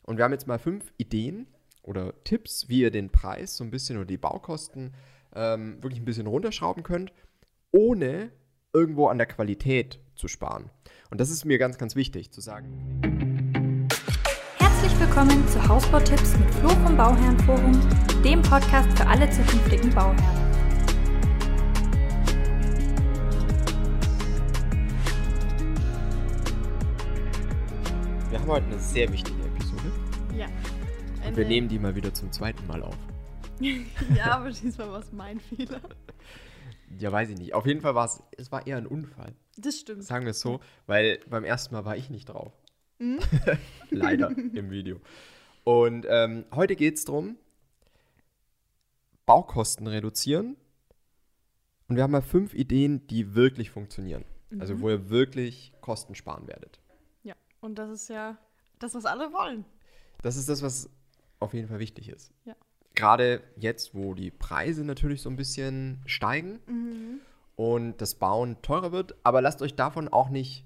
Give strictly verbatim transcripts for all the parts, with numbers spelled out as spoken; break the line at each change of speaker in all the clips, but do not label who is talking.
Und wir haben jetzt mal fünf Ideen oder Tipps, wie ihr den Preis so ein bisschen oder die Baukosten ähm, wirklich ein bisschen runterschrauben könnt, ohne irgendwo an der Qualität zu sparen. Und das ist mir ganz, ganz wichtig zu sagen.
Herzlich willkommen zu Hausbautipps mit Flo vom Bauherrenforum, dem Podcast für alle zukünftigen Bauherren.
Wir haben heute eine sehr wichtige Episode.
Ja.
Und wir nehmen die mal wieder zum zweiten Mal auf.
Ja, aber diesmal war es mein Fehler.
Ja, weiß ich nicht. Auf jeden Fall war es, es war eher ein Unfall.
Das stimmt.
Sagen wir es so, weil beim ersten Mal war ich nicht drauf.
Mhm.
Leider im Video. Und ähm, heute geht es darum, Baukosten reduzieren. Und wir haben mal fünf Ideen, die wirklich funktionieren.
Mhm.
Also wo ihr wirklich Kosten sparen werdet.
Ja, und das ist ja das, was alle wollen.
Das ist das, was auf jeden Fall wichtig ist.
Ja.
Gerade jetzt, wo die Preise natürlich so ein bisschen steigen
Mhm.
und das Bauen teurer wird. Aber lasst euch davon auch nicht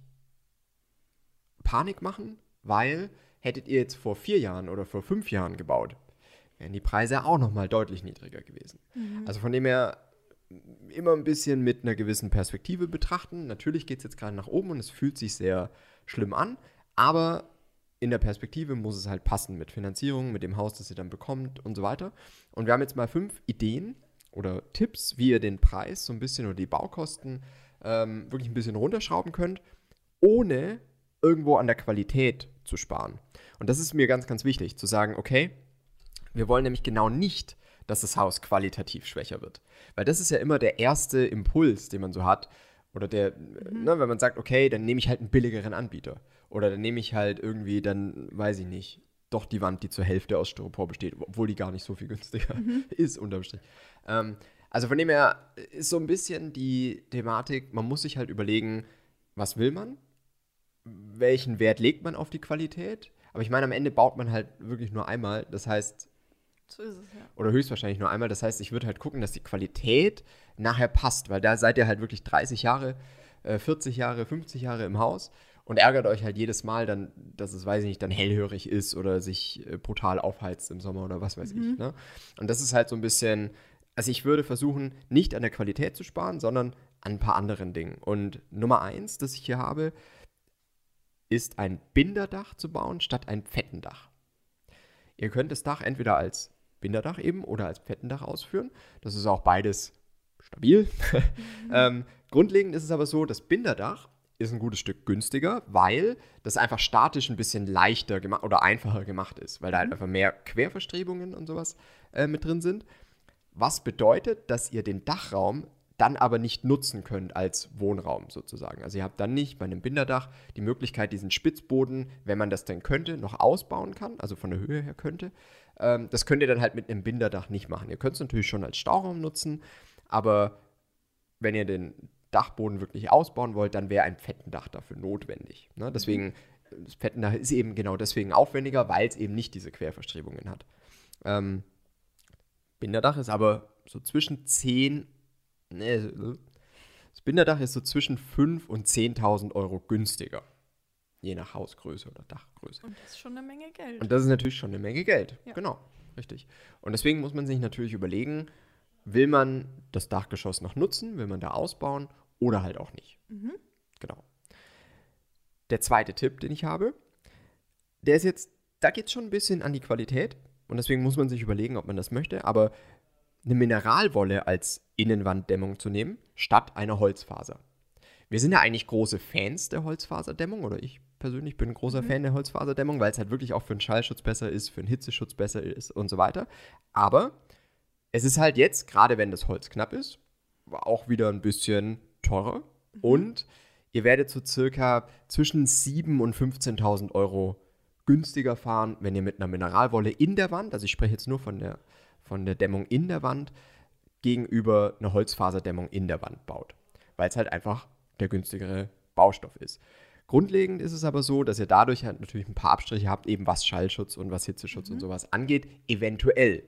Panik machen, weil hättet ihr jetzt vor vier Jahren oder vor fünf Jahren gebaut, wären die Preise auch nochmal deutlich niedriger gewesen.
Mhm.
Also von dem her immer ein bisschen mit einer gewissen Perspektive betrachten. Natürlich geht es jetzt gerade nach oben und es fühlt sich sehr schlimm an, aber in der Perspektive muss es halt passen mit Finanzierung, mit dem Haus, das ihr dann bekommt und so weiter. Und wir haben jetzt mal fünf Ideen oder Tipps, wie ihr den Preis so ein bisschen oder die Baukosten ähm, wirklich ein bisschen runterschrauben könnt, ohne irgendwo an der Qualität zu sparen. Und das ist mir ganz, ganz wichtig, zu sagen, okay, wir wollen nämlich genau nicht, dass das Haus qualitativ schwächer wird. Weil das ist ja immer der erste Impuls, den man so hat. Oder der, mhm. ne, wenn man sagt, okay, dann nehme ich halt einen billigeren Anbieter. Oder dann nehme ich halt irgendwie, dann weiß ich nicht, doch die Wand, die zur Hälfte aus Styropor besteht, obwohl die gar nicht so viel günstiger mhm. ist, unterm Strich. Ähm, also von dem her ist so ein bisschen die Thematik, man muss sich halt überlegen, was will man? Welchen Wert legt man auf die Qualität? Aber ich meine, am Ende baut man halt wirklich nur einmal. Das heißt,
so ist es, ja.
Oder höchstwahrscheinlich nur einmal. Das heißt, ich würde halt gucken, dass die Qualität nachher passt, weil da seid ihr halt wirklich dreißig Jahre, äh, vierzig Jahre, fünfzig Jahre im Haus und ärgert euch halt jedes Mal dann, dass es, weiß ich nicht, dann hellhörig ist oder sich äh, brutal aufheizt im Sommer oder was weiß
Mhm.
ich. Ne? Und das ist halt so ein bisschen, also ich würde versuchen, nicht an der Qualität zu sparen, sondern an ein paar anderen Dingen. Und Nummer eins, das ich hier habe, ist ein Binderdach zu bauen statt ein Fettendach. Ihr könnt das Dach entweder als Binderdach eben oder als Fettendach ausführen. Das ist auch beides stabil. Mhm. ähm, grundlegend ist es aber so, das Binderdach ist ein gutes Stück günstiger, weil das einfach statisch ein bisschen leichter gemacht oder einfacher gemacht ist, weil da halt einfach mehr Querverstrebungen und sowas äh, mit drin sind. Was bedeutet, dass ihr den Dachraum dann aber nicht nutzen könnt als Wohnraum sozusagen. Also ihr habt dann nicht bei einem Binderdach die Möglichkeit, diesen Spitzboden, wenn man das denn könnte, noch ausbauen kann, also von der Höhe her könnte. Ähm, das könnt ihr dann halt mit einem Binderdach nicht machen. Ihr könnt es natürlich schon als Stauraum nutzen, aber wenn ihr den Dachboden wirklich ausbauen wollt, dann wäre ein Fettendach dafür notwendig. Ne? Deswegen, das Fettendach ist eben genau deswegen aufwendiger, weil es eben nicht diese Querverstrebungen hat. Ähm, Binderdach ist aber so zwischen zehn Nee, das Binderdach ist so zwischen fünftausend und zehntausend Euro günstiger. Je nach Hausgröße oder Dachgröße.
Und das ist schon eine Menge Geld.
Und das ist natürlich schon eine Menge Geld.
Ja.
Genau, richtig. Und deswegen muss man sich natürlich überlegen, will man das Dachgeschoss noch nutzen, will man da ausbauen oder halt auch nicht.
Mhm.
Genau. Der zweite Tipp, den ich habe, der ist jetzt, da geht es schon ein bisschen an die Qualität. Und deswegen muss man sich überlegen, ob man das möchte, aber eine Mineralwolle als Innenwanddämmung zu nehmen, statt einer Holzfaser. Wir sind ja eigentlich große Fans der Holzfaserdämmung, oder ich persönlich bin ein großer mhm. Fan der Holzfaserdämmung, weil es halt wirklich auch für den Schallschutz besser ist, für den Hitzeschutz besser ist und so weiter. Aber es ist halt jetzt, gerade wenn das Holz knapp ist, auch wieder ein bisschen teurer. Mhm. Und ihr werdet so circa zwischen siebentausend und fünfzehntausend Euro günstiger fahren, wenn ihr mit einer Mineralwolle in der Wand, also ich spreche jetzt nur von der von der Dämmung in der Wand gegenüber einer Holzfaserdämmung in der Wand baut, weil es halt einfach der günstigere Baustoff ist. Grundlegend ist es aber so, dass ihr dadurch halt natürlich ein paar Abstriche habt, eben was Schallschutz und was Hitzeschutz mhm. und sowas angeht, eventuell.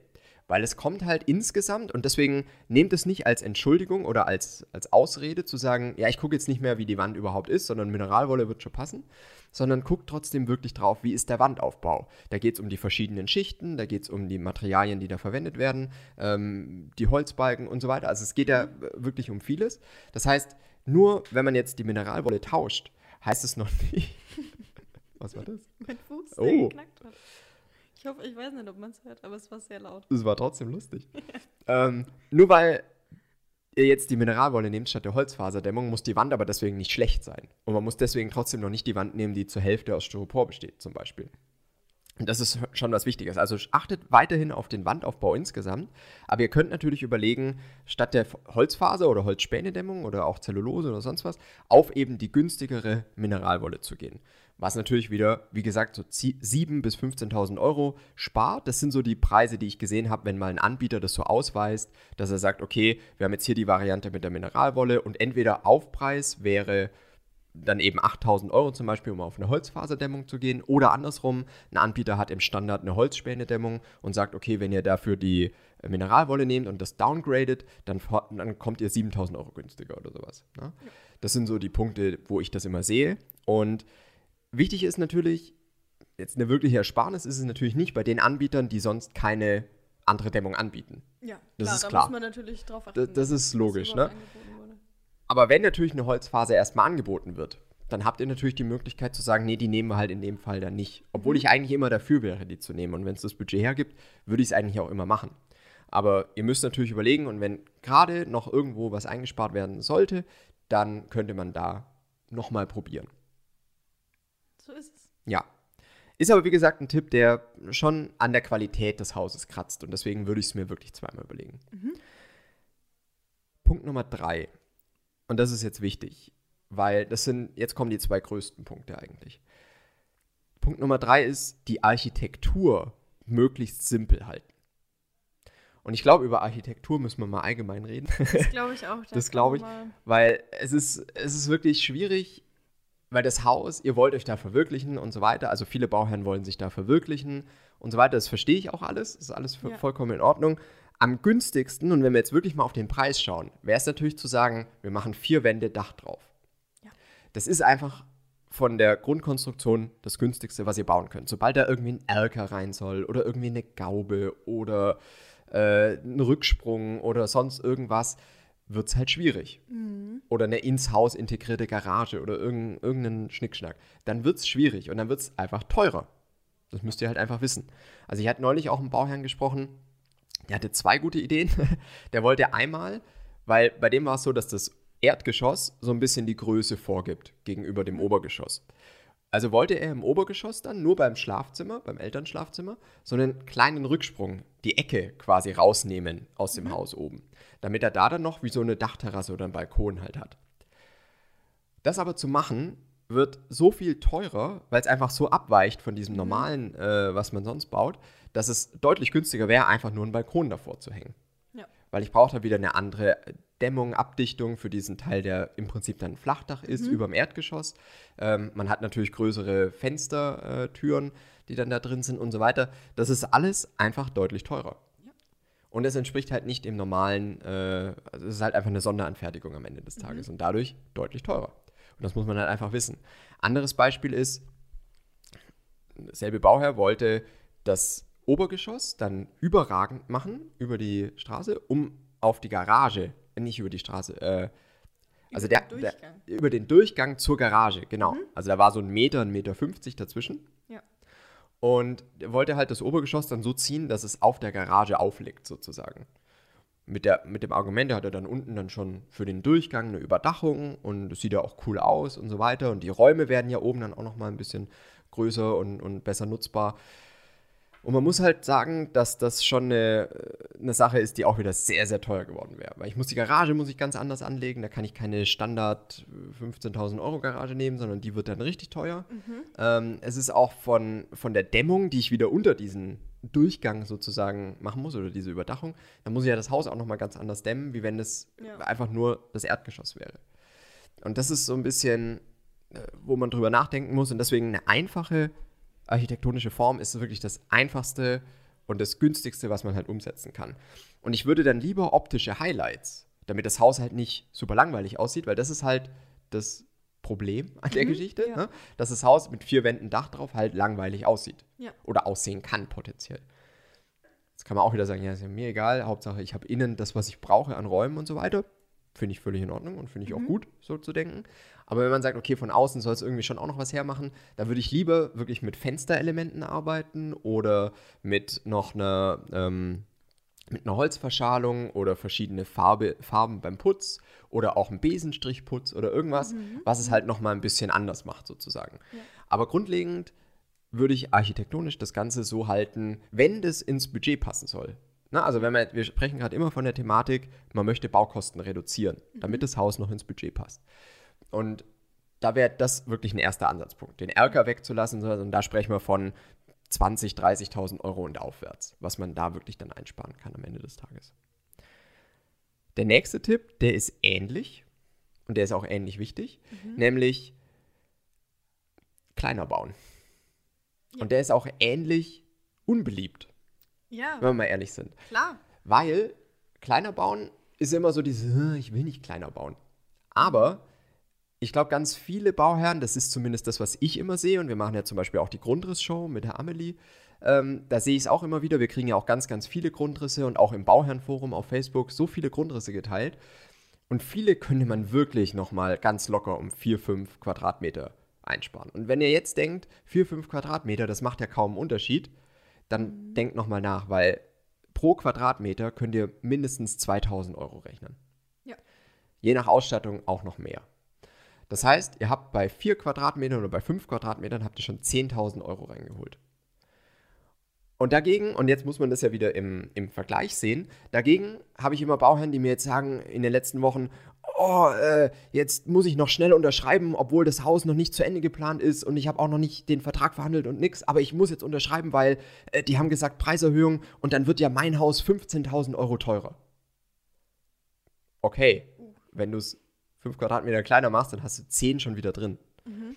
Weil es kommt halt insgesamt, und deswegen nehmt es nicht als Entschuldigung oder als, als Ausrede zu sagen, ja, ich gucke jetzt nicht mehr, wie die Wand überhaupt ist, sondern Mineralwolle wird schon passen, sondern guckt trotzdem wirklich drauf, wie ist der Wandaufbau. Da geht es um die verschiedenen Schichten, da geht es um die Materialien, die da verwendet werden, ähm, die Holzbalken und so weiter. Also es geht ja wirklich um vieles. Das heißt, nur wenn man jetzt die Mineralwolle tauscht, heißt es noch nicht. Was war das?
Mein Fuß,
oh.
der geknackt hat. Ich hoffe, ich weiß nicht, ob man es hört, aber es war sehr laut.
Es war trotzdem lustig. ähm, nur weil ihr jetzt die Mineralwolle nehmt statt der Holzfaserdämmung, muss die Wand aber deswegen nicht schlecht sein. Und man muss deswegen trotzdem noch nicht die Wand nehmen, die zur Hälfte aus Styropor besteht, zum Beispiel. Und das ist schon was Wichtiges. Also achtet weiterhin auf den Wandaufbau insgesamt. Aber ihr könnt natürlich überlegen, statt der Holzfaser- oder Holzspänedämmung oder auch Zellulose oder sonst was, auf eben die günstigere Mineralwolle zu gehen. Was natürlich wieder, wie gesagt, so siebentausend bis fünfzehntausend Euro spart. Das sind so die Preise, die ich gesehen habe, wenn mal ein Anbieter das so ausweist, dass er sagt, okay, wir haben jetzt hier die Variante mit der Mineralwolle und entweder Aufpreis wäre dann eben achttausend Euro zum Beispiel, um auf eine Holzfaserdämmung zu gehen, oder andersrum, ein Anbieter hat im Standard eine Holzspänedämmung und sagt, okay, wenn ihr dafür die Mineralwolle nehmt und das downgradet, dann, dann kommt ihr siebentausend Euro günstiger oder sowas. Ne? Ja. Das sind so die Punkte, wo ich das immer sehe. Und wichtig ist natürlich, jetzt eine wirkliche Ersparnis ist es natürlich nicht bei den Anbietern, die sonst keine andere Dämmung anbieten.
Ja,
das
klar,
ist
da
klar.
muss man natürlich drauf achten.
Das, das ist logisch, ne?
Angeboten wurde.
Aber wenn natürlich eine Holzfaser erstmal angeboten wird, dann habt ihr natürlich die Möglichkeit zu sagen, nee, die nehmen wir halt in dem Fall dann nicht. Obwohl ich eigentlich immer dafür wäre, die zu nehmen. Und wenn es das Budget hergibt, würde ich es eigentlich auch immer machen. Aber ihr müsst natürlich überlegen, und wenn gerade noch irgendwo was eingespart werden sollte, dann könnte man da nochmal probieren.
So ist es.
Ja. Ist aber, wie gesagt, ein Tipp, der schon an der Qualität des Hauses kratzt. Und deswegen würde ich es mir wirklich zweimal überlegen.
Mhm.
Punkt Nummer drei. Und das ist jetzt wichtig, weil das sind, jetzt kommen die zwei größten Punkte eigentlich. Punkt Nummer drei ist, die Architektur möglichst simpel halten. Und ich glaube, über Architektur müssen wir mal allgemein reden.
Das glaube ich auch.
Das glaube ich, weil es ist, es ist wirklich schwierig, weil das Haus, ihr wollt euch da verwirklichen und so weiter. Also viele Bauherren wollen sich da verwirklichen und so weiter. Das verstehe ich auch alles. Das ist alles ja. vollkommen in Ordnung. Am günstigsten, und wenn wir jetzt wirklich mal auf den Preis schauen, wäre es natürlich zu sagen, wir machen vier Wände Dach drauf. Ja. Das ist einfach von der Grundkonstruktion das günstigste, was ihr bauen könnt. Sobald da irgendwie ein Erker rein soll oder irgendwie eine Gaube oder äh, ein Rücksprung oder sonst irgendwas, wird es halt schwierig. Mhm. Oder eine ins Haus integrierte Garage oder irgendein, irgendeinen Schnickschnack. Dann wird es schwierig und dann wird es einfach teurer. Das müsst ihr halt einfach wissen. Also ich hatte neulich auch einen Bauherrn gesprochen, der hatte zwei gute Ideen. Der wollte einmal, weil bei dem war es so, dass das Erdgeschoss so ein bisschen die Größe vorgibt gegenüber dem Obergeschoss. Also wollte er im Obergeschoss dann nur beim Schlafzimmer, beim Elternschlafzimmer, so einen kleinen Rücksprung, die Ecke quasi rausnehmen aus dem mhm. Haus oben, damit er da dann noch wie so eine Dachterrasse oder einen Balkon halt hat. Das aber zu machen, wird so viel teurer, weil es einfach so abweicht von diesem normalen, äh, was man sonst baut, dass es deutlich günstiger wäre, einfach nur einen Balkon davor zu hängen. Ja. Weil ich brauche da wieder eine andere Dämmung, Abdichtung für diesen Teil, der im Prinzip dann ein Flachdach ist, mhm. über dem Erdgeschoss. Ähm, man hat natürlich größere Fenstertüren, äh, die dann da drin sind und so weiter. Das ist alles einfach deutlich teurer. Ja. Und es entspricht halt nicht dem normalen, äh, also es ist halt einfach eine Sonderanfertigung am Ende des Tages mhm. und dadurch deutlich teurer. Und das muss man halt einfach wissen. Anderes Beispiel ist, derselbe Bauherr wollte das Obergeschoss dann überragend machen, über die Straße, um auf die Garage, nicht über die Straße, äh, also
über
der,
den
der über den Durchgang zur Garage, genau. Mhm. Also da war so ein Meter, ein Meter fünfzig dazwischen. Ja. Und er wollte halt das Obergeschoss dann so ziehen, dass es auf der Garage aufliegt, sozusagen. Mit, der, mit dem Argument, der hat er dann unten dann schon für den Durchgang eine Überdachung und es sieht ja auch cool aus und so weiter. Und die Räume werden ja oben dann auch nochmal ein bisschen größer und, und besser nutzbar. Und man muss halt sagen, dass das schon eine, eine Sache ist, die auch wieder sehr, sehr teuer geworden wäre. Weil ich muss die Garage muss ich ganz anders anlegen. Da kann ich keine Standard fünfzehntausend Euro Garage nehmen, sondern die wird dann richtig teuer. Mhm. Ähm, es ist auch von, von der Dämmung, die ich wieder unter diesen Durchgang sozusagen machen muss oder diese Überdachung, dann muss ich ja das Haus auch nochmal ganz anders dämmen, wie wenn es ja. einfach nur das Erdgeschoss wäre. Und das ist so ein bisschen, wo man drüber nachdenken muss. Und deswegen eine einfache architektonische Form ist wirklich das Einfachste und das günstigste, was man halt umsetzen kann. Und ich würde dann lieber optische Highlights, damit das Haus halt nicht super langweilig aussieht, weil das ist halt das Problem an der
Mhm,
Geschichte,
ja.
ne? Dass das Haus mit vier Wänden Dach drauf halt langweilig aussieht.
Ja.
Oder aussehen kann potenziell. Jetzt kann man auch wieder sagen, ja, ist ja mir egal, Hauptsache ich habe innen das, was ich brauche an Räumen und so weiter. Finde ich völlig in Ordnung und finde ich
Mhm.
auch gut, so zu denken. Aber wenn man sagt, okay, von außen soll es irgendwie schon auch noch was hermachen, dann würde ich lieber wirklich mit Fensterelementen arbeiten oder mit noch einer, ähm, mit einer Holzverschalung oder verschiedene Farbe, Farben beim Putz oder auch ein Besenstrichputz oder irgendwas,
Mhm.
was es halt nochmal ein bisschen anders macht sozusagen.
Ja.
Aber grundlegend würde ich architektonisch das Ganze so halten, wenn das ins Budget passen soll. Na, also wenn wir, wir sprechen gerade immer von der Thematik, man möchte Baukosten reduzieren, damit das Haus noch ins Budget passt. Und da wäre das wirklich ein erster Ansatzpunkt, den Erker wegzulassen. Und da sprechen wir von zwanzigtausend, dreißigtausend Euro und aufwärts, was man da wirklich dann einsparen kann am Ende des Tages. Der nächste Tipp, der ist ähnlich und der ist auch ähnlich wichtig,
Mhm.
nämlich kleiner bauen.
Ja.
Und der ist auch ähnlich unbeliebt,
Ja,
wenn wir mal ehrlich sind.
klar.
Weil kleiner bauen ist immer so dieses, "Hm, ich will nicht kleiner bauen. Aber ich glaube, ganz viele Bauherren, das ist zumindest das, was ich immer sehe, und wir machen ja zum Beispiel auch die Grundrissshow mit der Amelie, ähm, da sehe ich es auch immer wieder, wir kriegen ja auch ganz, ganz viele Grundrisse und auch im Bauherrenforum auf Facebook so viele Grundrisse geteilt. Und viele könnte man wirklich nochmal ganz locker um vier, fünf Quadratmeter einsparen. Und wenn ihr jetzt denkt, vier, fünf Quadratmeter, das macht ja kaum einen Unterschied, dann
Mhm.
denkt nochmal nach, weil pro Quadratmeter könnt ihr mindestens zweitausend Euro rechnen.
Ja.
Je nach Ausstattung auch noch mehr. Das heißt, ihr habt bei vier Quadratmetern oder bei fünf Quadratmetern habt ihr schon zehntausend Euro reingeholt. Und dagegen, und jetzt muss man das ja wieder im, im Vergleich sehen, dagegen habe ich immer Bauherren, die mir jetzt sagen in den letzten Wochen, oh, äh, jetzt muss ich noch schnell unterschreiben, obwohl das Haus noch nicht zu Ende geplant ist und ich habe auch noch nicht den Vertrag verhandelt und nix, aber ich muss jetzt unterschreiben, weil äh, die haben gesagt Preiserhöhung und dann wird ja mein Haus fünfzehntausend Euro teurer. Okay, wenn du es fünf Quadratmeter kleiner machst, dann hast du zehn schon wieder drin.
Mhm.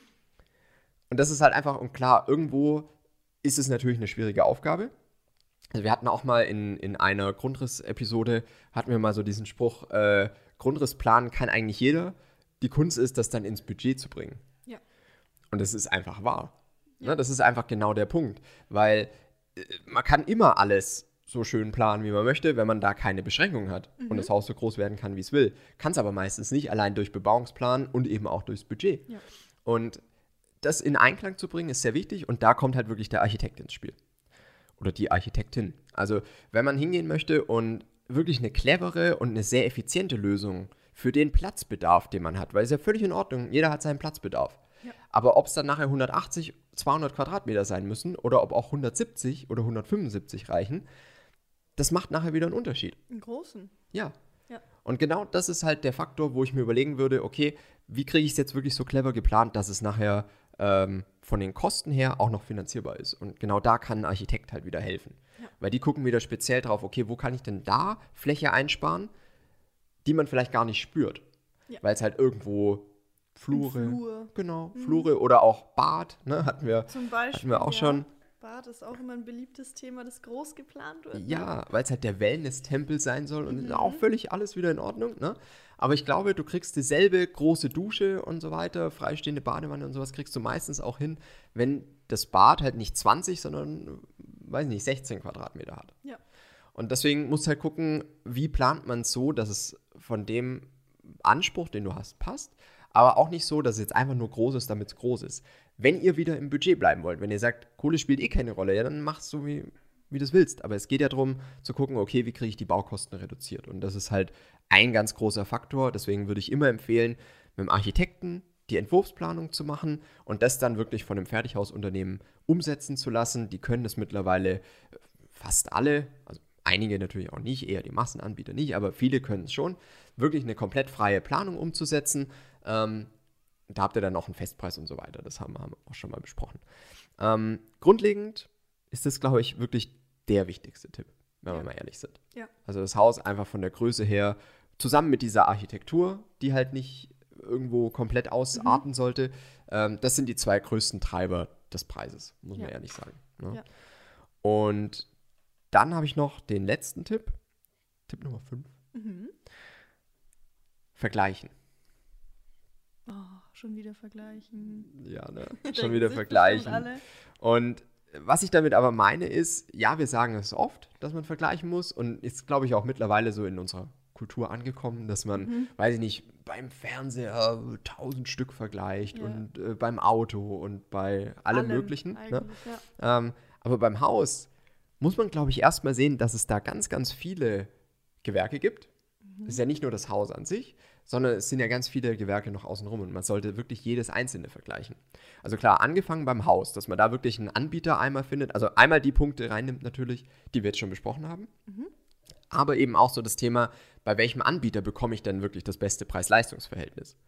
Und das ist halt einfach, und klar, irgendwo ist es natürlich eine schwierige Aufgabe. Also wir hatten auch mal in, in einer Grundriss-Episode, hatten wir mal so diesen Spruch, äh, Grundriss planen kann eigentlich jeder. Die Kunst ist, das dann ins Budget zu bringen.
Ja.
Und das ist einfach wahr.
Ja.
Ne, das ist einfach genau der Punkt. Weil äh, man kann immer alles so schön planen, wie man möchte, wenn man da keine Beschränkungen hat
Mhm.
und das Haus so groß werden kann, wie es will. Kann es aber meistens nicht, allein durch Bebauungsplan und eben auch durchs Budget.
Ja.
Und das in Einklang zu bringen, ist sehr wichtig und da kommt halt wirklich der Architekt ins Spiel. Oder die Architektin. Also, wenn man hingehen möchte und wirklich eine clevere und eine sehr effiziente Lösung für den Platzbedarf, den man hat, weil es ist ja völlig in Ordnung, jeder hat seinen Platzbedarf.
Ja.
Aber ob es dann nachher hundertachtzig, zweihundert Quadratmeter sein müssen oder ob auch hundertsiebzig oder hundertfünfundsiebzig reichen, das macht nachher wieder einen Unterschied.
Einen großen.
Ja.
Ja.
Und genau das ist halt der Faktor, wo ich mir überlegen würde, okay, wie kriege ich es jetzt wirklich so clever geplant, dass es nachher ähm, von den Kosten her auch noch finanzierbar ist. Und genau da kann ein Architekt halt wieder helfen.
Ja.
Weil die gucken wieder speziell drauf, okay, wo kann ich denn da Fläche einsparen, die man vielleicht gar nicht spürt.
Ja.
Weil es halt irgendwo Flure,
Ein Flur.
genau,
Mhm.
Flure oder auch Bad, ne, hatten wir,
Zum Beispiel.
hatten wir auch
ja.
schon.
Bad ist auch immer ein beliebtes Thema, das groß geplant wird. ne?
Ja, weil es halt der Wellness-Tempel sein soll und
Mhm.
ist auch völlig alles wieder in Ordnung, ne? Aber ich glaube, du kriegst dieselbe große Dusche und so weiter, freistehende Badewanne und sowas kriegst du meistens auch hin, wenn das Bad halt nicht zwanzig, sondern, weiß nicht, sechzehn Quadratmeter hat.
Ja.
Und deswegen musst du halt gucken, wie plant man es so, dass es von dem Anspruch, den du hast, passt, aber auch nicht so, dass es jetzt einfach nur groß ist, damit es groß ist. Wenn ihr wieder im Budget bleiben wollt, wenn ihr sagt, Kohle spielt eh keine Rolle, ja, dann machst du, wie, wie du es willst. Aber es geht ja darum, zu gucken, okay, wie kriege ich die Baukosten reduziert? Und das ist halt ein ganz großer Faktor. Deswegen würde ich immer empfehlen, mit dem Architekten die Entwurfsplanung zu machen und das dann wirklich von einem Fertighausunternehmen umsetzen zu lassen. Die können das mittlerweile fast alle, also einige natürlich auch nicht, eher die Massenanbieter nicht, aber viele können es schon, wirklich eine komplett freie Planung umzusetzen. Ähm, da habt ihr dann auch einen Festpreis und so weiter. Das haben wir, haben wir auch schon mal besprochen. Ähm, grundlegend ist das, glaube ich, wirklich der wichtigste Tipp, wenn
Ja.
wir mal ehrlich sind.
Ja.
Also das Haus einfach von der Größe her, zusammen mit dieser Architektur, die halt nicht irgendwo komplett ausarten sollte, ähm, das sind die zwei größten Treiber des Preises, muss man
Ja.
ehrlich sagen. Ne?
Ja.
Und Dann habe ich noch den letzten Tipp. Tipp Nummer fünf.
Mhm.
Vergleichen.
Oh, schon wieder vergleichen.
Ja, ne?
Da
Schon wieder
gibt's
vergleichen.
bestimmt alle.
Und was ich damit aber meine ist, ja, wir sagen es oft, dass man vergleichen muss und ist, glaube ich, auch mittlerweile so in unserer Kultur angekommen, dass man,
Mhm.
weiß ich nicht, beim Fernseher tausend Stück vergleicht
Ja.
und äh, beim Auto und bei allem, Möglichen. Ne?
eigentlich, ja.
Ähm, aber beim Haus muss man, glaube ich, erstmal sehen, dass es da ganz, ganz viele Gewerke gibt. Es ist ja nicht nur das Haus an sich, sondern es sind ja ganz viele Gewerke noch außenrum und man sollte wirklich jedes einzelne vergleichen. Also klar, angefangen beim Haus, dass man da wirklich einen Anbieter einmal findet, also einmal die Punkte reinnimmt natürlich, die wir jetzt schon besprochen haben,
Mhm.
aber eben auch so das Thema, bei welchem Anbieter bekomme ich denn wirklich das beste Preis-Leistungs-Verhältnis?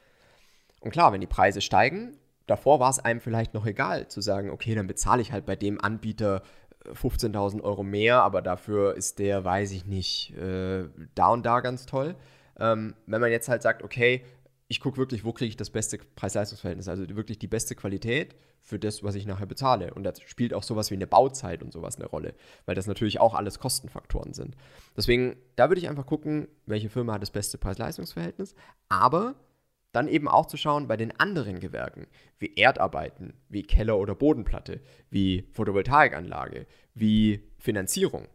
Und klar, wenn die Preise steigen, davor war es einem vielleicht noch egal zu sagen, okay, dann bezahle ich halt bei dem Anbieter äh, fünfzehntausend Euro mehr, aber dafür ist der, weiß ich nicht, äh, da und da ganz toll. Ähm, wenn man jetzt halt sagt, okay, ich gucke wirklich, wo kriege ich das beste Preis-Leistungs-Verhältnis, also wirklich die beste Qualität für das, was ich nachher bezahle. Und da spielt auch sowas wie eine Bauzeit und sowas eine Rolle, weil das natürlich auch alles Kostenfaktoren sind. Deswegen, da würde ich einfach gucken, welche Firma hat das beste Preis-Leistungs-Verhältnis, aber dann eben auch zu schauen bei den anderen Gewerken, wie Erdarbeiten, wie Keller- oder Bodenplatte, wie Photovoltaikanlage, wie Finanzierung.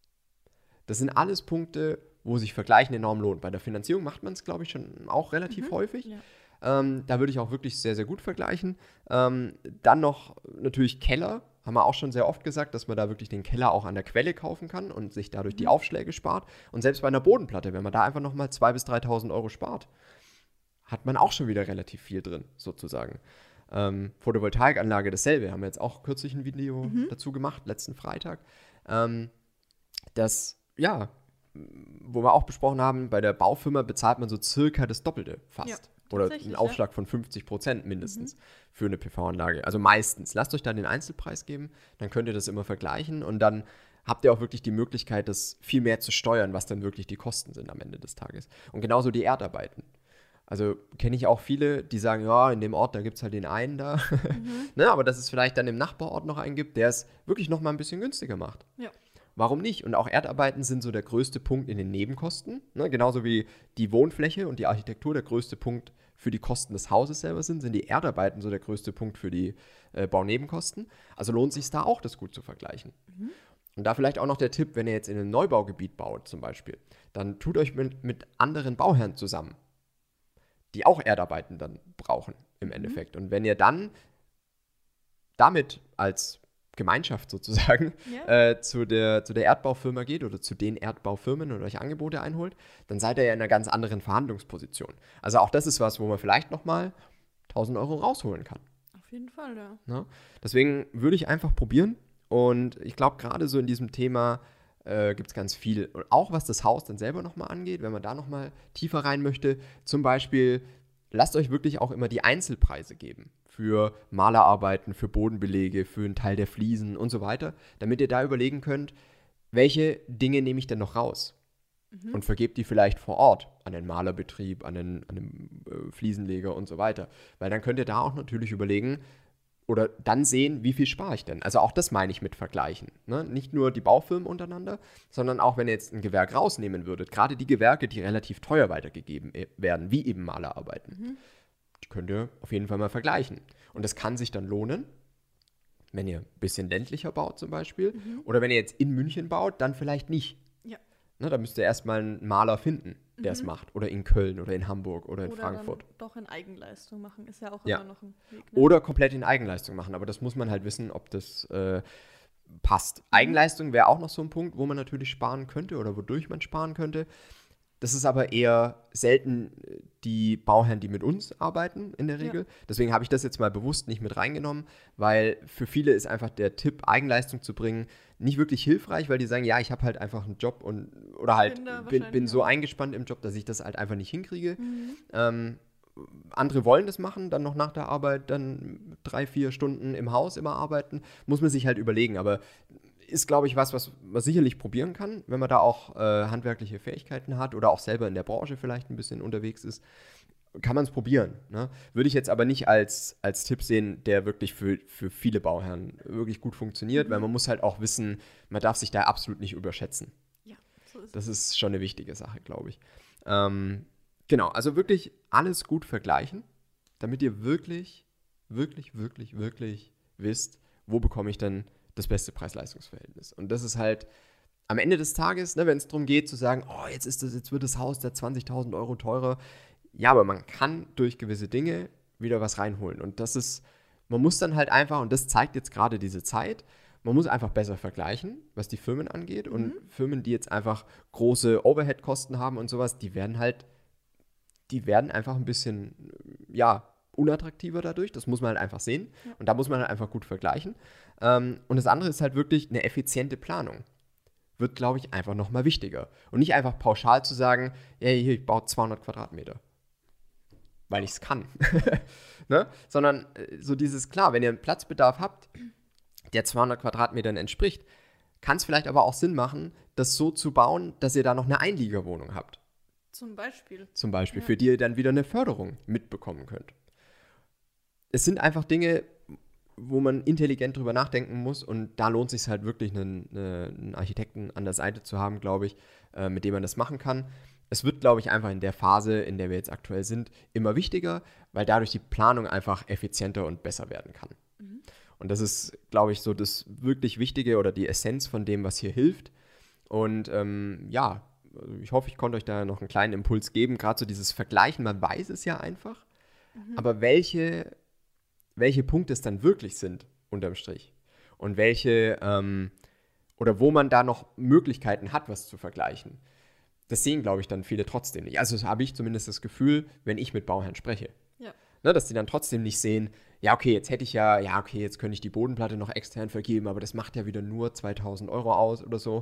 Das sind alles Punkte, wo sich Vergleichen enorm lohnt. Bei der Finanzierung macht man es, glaube ich, schon auch relativ
Mhm,
häufig.
ja.
Ähm, da würde ich auch wirklich sehr, sehr gut vergleichen. Ähm, dann noch natürlich Keller. Haben wir auch schon sehr oft gesagt, dass man da wirklich den Keller auch an der Quelle kaufen kann und sich dadurch die Aufschläge spart. Und selbst bei einer Bodenplatte, wenn man da einfach nochmal zweitausend bis dreitausend Euro spart, hat man auch schon wieder relativ viel drin, sozusagen. Ähm, Photovoltaikanlage dasselbe. Haben wir jetzt auch kürzlich ein Video
Mhm.
dazu gemacht, letzten Freitag. Ähm, das, ja, wo wir auch besprochen haben, bei der Baufirma bezahlt man so circa das Doppelte fast.
Ja,
Oder
tatsächlich,
einen
ja.
Aufschlag von fünfzig Prozent mindestens für eine P V-Anlage. Also meistens. Lasst euch dann den Einzelpreis geben, dann könnt ihr das immer vergleichen und dann habt ihr auch wirklich die Möglichkeit, das viel mehr zu steuern, was dann wirklich die Kosten sind am Ende des Tages. Und genauso die Erdarbeiten. Also kenne ich auch viele, die sagen, ja, in dem Ort, da gibt es halt den einen da. Ne, aber dass es vielleicht dann im Nachbarort noch einen gibt, der es wirklich noch mal ein bisschen günstiger macht.
Ja.
Warum nicht? Und auch Erdarbeiten sind so der größte Punkt in den Nebenkosten. Ne? Genauso wie die Wohnfläche und die Architektur der größte Punkt für die Kosten des Hauses selber sind, sind die Erdarbeiten so der größte Punkt für die äh, Baunebenkosten. Also lohnt sich da auch, das gut zu vergleichen.
Mhm.
Und da vielleicht auch noch der Tipp, wenn ihr jetzt in ein Neubaugebiet baut zum Beispiel, dann tut euch mit, mit anderen Bauherren zusammen, die auch Erdarbeiten dann brauchen im Endeffekt. Und wenn ihr dann damit als Gemeinschaft sozusagen
Ja.
äh, zu, der, zu der Erdbaufirma geht oder zu den Erdbaufirmen und euch Angebote einholt, dann seid ihr ja in einer ganz anderen Verhandlungsposition. Also auch das ist was, wo man vielleicht nochmal tausend Euro rausholen kann.
Auf jeden Fall, ja.
Ne? Deswegen würde ich einfach probieren und ich glaube, gerade so in diesem Thema äh, gibt es ganz viel. Und auch was das Haus dann selber nochmal angeht, wenn man da nochmal tiefer rein möchte, zum Beispiel, lasst euch wirklich auch immer die Einzelpreise geben für Malerarbeiten, für Bodenbelege, für einen Teil der Fliesen und so weiter, damit ihr da überlegen könnt, welche Dinge nehme ich denn noch raus?
Mhm.
Und vergebt die vielleicht vor Ort an den Malerbetrieb, an den, an den äh, Fliesenleger und so weiter. Weil dann könnt ihr da auch natürlich überlegen oder dann sehen, wie viel spare ich denn? Also auch das meine ich mit Vergleichen. Ne? Nicht nur die Baufirmen untereinander, sondern auch, wenn ihr jetzt ein Gewerk rausnehmen würdet, gerade die Gewerke, die relativ teuer weitergegeben äh, werden, wie eben Malerarbeiten,
Mhm.
die könnt ihr auf jeden Fall mal vergleichen. Und das kann sich dann lohnen, wenn ihr ein bisschen ländlicher baut zum Beispiel.
Mhm.
Oder wenn ihr jetzt in München baut, dann vielleicht nicht.
Ja.
Ne, da müsst ihr erstmal einen Maler finden, der es
Mhm.
macht. Oder in Köln oder in Hamburg oder in
Oder
Frankfurt.
dann doch in Eigenleistung machen, ist ja auch
Ja.
immer noch ein Weg. Ne?
Oder komplett in Eigenleistung machen. Aber das muss man halt wissen, ob das äh, passt. Eigenleistung wäre auch noch so ein Punkt, wo man natürlich sparen könnte oder wodurch man sparen könnte. Das ist aber eher selten äh, die Bauherren, die mit uns arbeiten in der
Ja.
Regel. Deswegen habe ich das jetzt mal bewusst nicht mit reingenommen, weil für viele ist einfach der Tipp, Eigenleistung zu bringen, nicht wirklich hilfreich, weil die sagen, ja, ich habe halt einfach einen Job und oder halt
Bin da
bin, bin
wahrscheinlich
so
auch.
eingespannt im Job, dass ich das halt einfach nicht hinkriege.
Mhm.
Ähm, andere wollen das machen, dann noch nach der Arbeit dann drei, vier Stunden im Haus immer arbeiten. Muss man sich halt überlegen, aber ist, glaube ich, was, was man sicherlich probieren kann, wenn man da auch äh, handwerkliche Fähigkeiten hat oder auch selber in der Branche vielleicht ein bisschen unterwegs ist. kann man es probieren. Ne? Würde ich jetzt aber nicht als, als Tipp sehen, der wirklich für, für viele Bauherren wirklich gut funktioniert, mhm. weil man muss halt auch wissen, man darf sich da absolut nicht überschätzen.
Ja, so ist es.
Das ist schon eine wichtige Sache, glaube ich. Ähm, genau, also wirklich alles gut vergleichen, damit ihr wirklich, wirklich, wirklich, wirklich wisst, wo bekomme ich denn das beste Preis-Leistungs-Verhältnis. Und das ist halt am Ende des Tages, ne, wenn es darum geht zu sagen, oh, jetzt, ist das, jetzt wird das Haus da zwanzigtausend Euro teurer. Ja, aber man kann durch gewisse Dinge wieder was reinholen. Und das ist, man muss dann halt einfach, und das zeigt jetzt gerade diese Zeit, man muss einfach besser vergleichen, was die Firmen angeht. Mhm. Und Firmen, die jetzt einfach große Overhead-Kosten haben und sowas, die werden halt, die werden einfach ein bisschen, ja, unattraktiver dadurch. Das muss man halt einfach sehen. Ja. Und da muss man halt einfach gut vergleichen. Ähm, und das andere ist halt wirklich eine effiziente Planung. Wird, glaube ich, einfach nochmal wichtiger. Und nicht einfach pauschal zu sagen, ja, hier, ich baue zweihundert Quadratmeter. Weil ich es kann. Ne? Sondern so dieses, klar, wenn ihr einen Platzbedarf habt, der zweihundert Quadratmetern entspricht, kann es vielleicht aber auch Sinn machen, das so zu bauen, dass ihr da noch eine Einliegerwohnung habt.
Zum Beispiel.
Zum Beispiel,
ja.
für die ihr dann wieder eine Förderung mitbekommen könnt. Es sind einfach Dinge, wo man intelligent drüber nachdenken muss und da lohnt es sich halt wirklich, einen, einen Architekten an der Seite zu haben, glaube ich, äh, mit dem man das machen kann. Es wird, glaube ich, einfach in der Phase, in der wir jetzt aktuell sind, immer wichtiger, weil dadurch die Planung einfach effizienter und besser werden kann. Mhm. Und das ist, glaube ich, so das wirklich Wichtige oder die Essenz von dem, was hier hilft. Und ähm, ja, ich hoffe, ich konnte euch da noch einen kleinen Impuls geben. Gerade so dieses Vergleichen, man weiß es ja einfach, mhm. aber welche, welche Punkte es dann wirklich sind, unterm Strich. Und welche, ähm, oder wo man da noch Möglichkeiten hat, was zu vergleichen. Das sehen, glaube ich, dann viele trotzdem nicht. Also das habe ich zumindest das Gefühl, wenn ich mit Bauherren spreche.
Ja.
Ne, dass die dann trotzdem nicht sehen, ja, okay, jetzt hätte ich ja, ja, okay, jetzt könnte ich die Bodenplatte noch extern vergeben, aber das macht ja wieder nur zweitausend Euro aus oder so.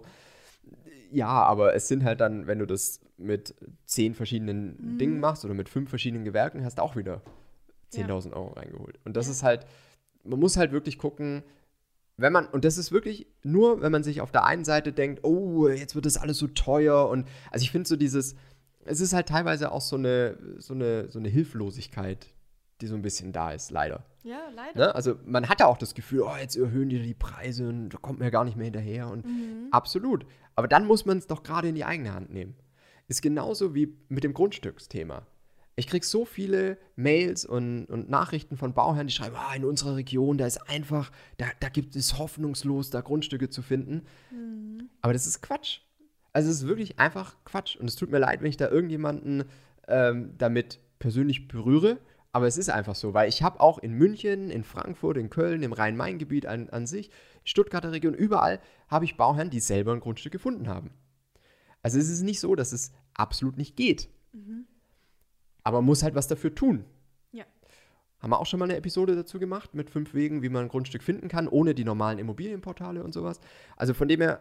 Ja, aber es sind halt dann, wenn du das mit zehn verschiedenen mhm. Dingen machst oder mit fünf verschiedenen Gewerken, hast du auch wieder zehntausend ja. Euro reingeholt. Und das ja. ist halt, man muss halt wirklich gucken, wenn man, und das ist wirklich nur, wenn man sich auf der einen Seite denkt, oh, jetzt wird das alles so teuer und, also ich finde so dieses, es ist halt teilweise auch so eine, so eine, so eine Hilflosigkeit, die so ein bisschen da ist, leider.
Ja, leider.
Ne? Also man hat ja auch das Gefühl, oh, jetzt erhöhen die die Preise und da kommt man ja gar nicht mehr hinterher und mhm. absolut. Aber dann muss man es doch gerade in die eigene Hand nehmen. Ist genauso wie mit dem Grundstücksthema. Ich kriege so viele Mails und, und Nachrichten von Bauherren, die schreiben, ah, in unserer Region, da ist einfach, da, da gibt es hoffnungslos, da Grundstücke zu finden. Mhm. Aber das ist Quatsch. Also es ist wirklich einfach Quatsch. Und es tut mir leid, wenn ich da irgendjemanden ähm, damit persönlich berühre. Aber es ist einfach so, weil ich habe auch in München, in Frankfurt, in Köln, im Rhein-Main-Gebiet an, an sich, Stuttgarter Region, überall habe ich Bauherren, die selber ein Grundstück gefunden haben. Also es ist nicht so, dass es absolut nicht geht. Mhm. Aber man muss halt was dafür tun.
Ja.
Haben wir auch schon mal eine Episode dazu gemacht, mit fünf Wegen, wie man ein Grundstück finden kann, ohne die normalen Immobilienportale und sowas. Also von dem her,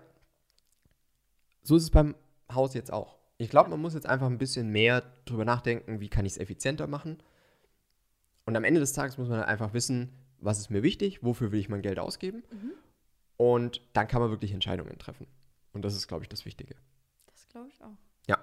so ist es beim Haus jetzt auch. Ich glaube, man muss jetzt einfach ein bisschen mehr drüber nachdenken, wie kann ich es effizienter machen. Und am Ende des Tages muss man halt einfach wissen, was ist mir wichtig, wofür will ich mein Geld ausgeben. Mhm. Und dann kann man wirklich Entscheidungen treffen. Und das ist, glaube ich, das Wichtige.
Das glaube ich auch.
Ja.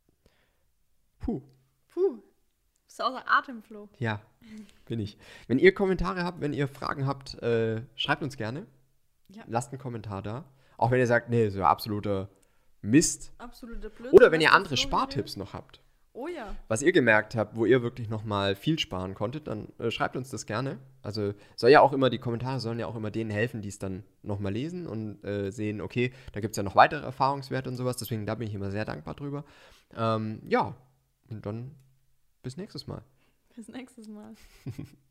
Puh.
Puh. Bist du außer Atem, Flo?
Ja, bin ich. Wenn ihr Kommentare habt, wenn ihr Fragen habt, äh, schreibt uns gerne.
Ja.
Lasst einen Kommentar da. Auch wenn ihr sagt, nee, so absoluter Mist.
Absolute Blödsinn.
Oder wenn ihr andere Spartipps noch habt.
Oh ja.
Was ihr gemerkt habt, wo ihr wirklich nochmal viel sparen konntet, dann äh, schreibt uns das gerne. Also soll ja auch immer, die Kommentare sollen ja auch immer denen helfen, die es dann nochmal lesen und äh, sehen, okay, da gibt es ja noch weitere Erfahrungswerte und sowas. Deswegen da bin ich immer sehr dankbar drüber. Ähm, ja, und dann bis nächstes Mal.
Bis nächstes Mal.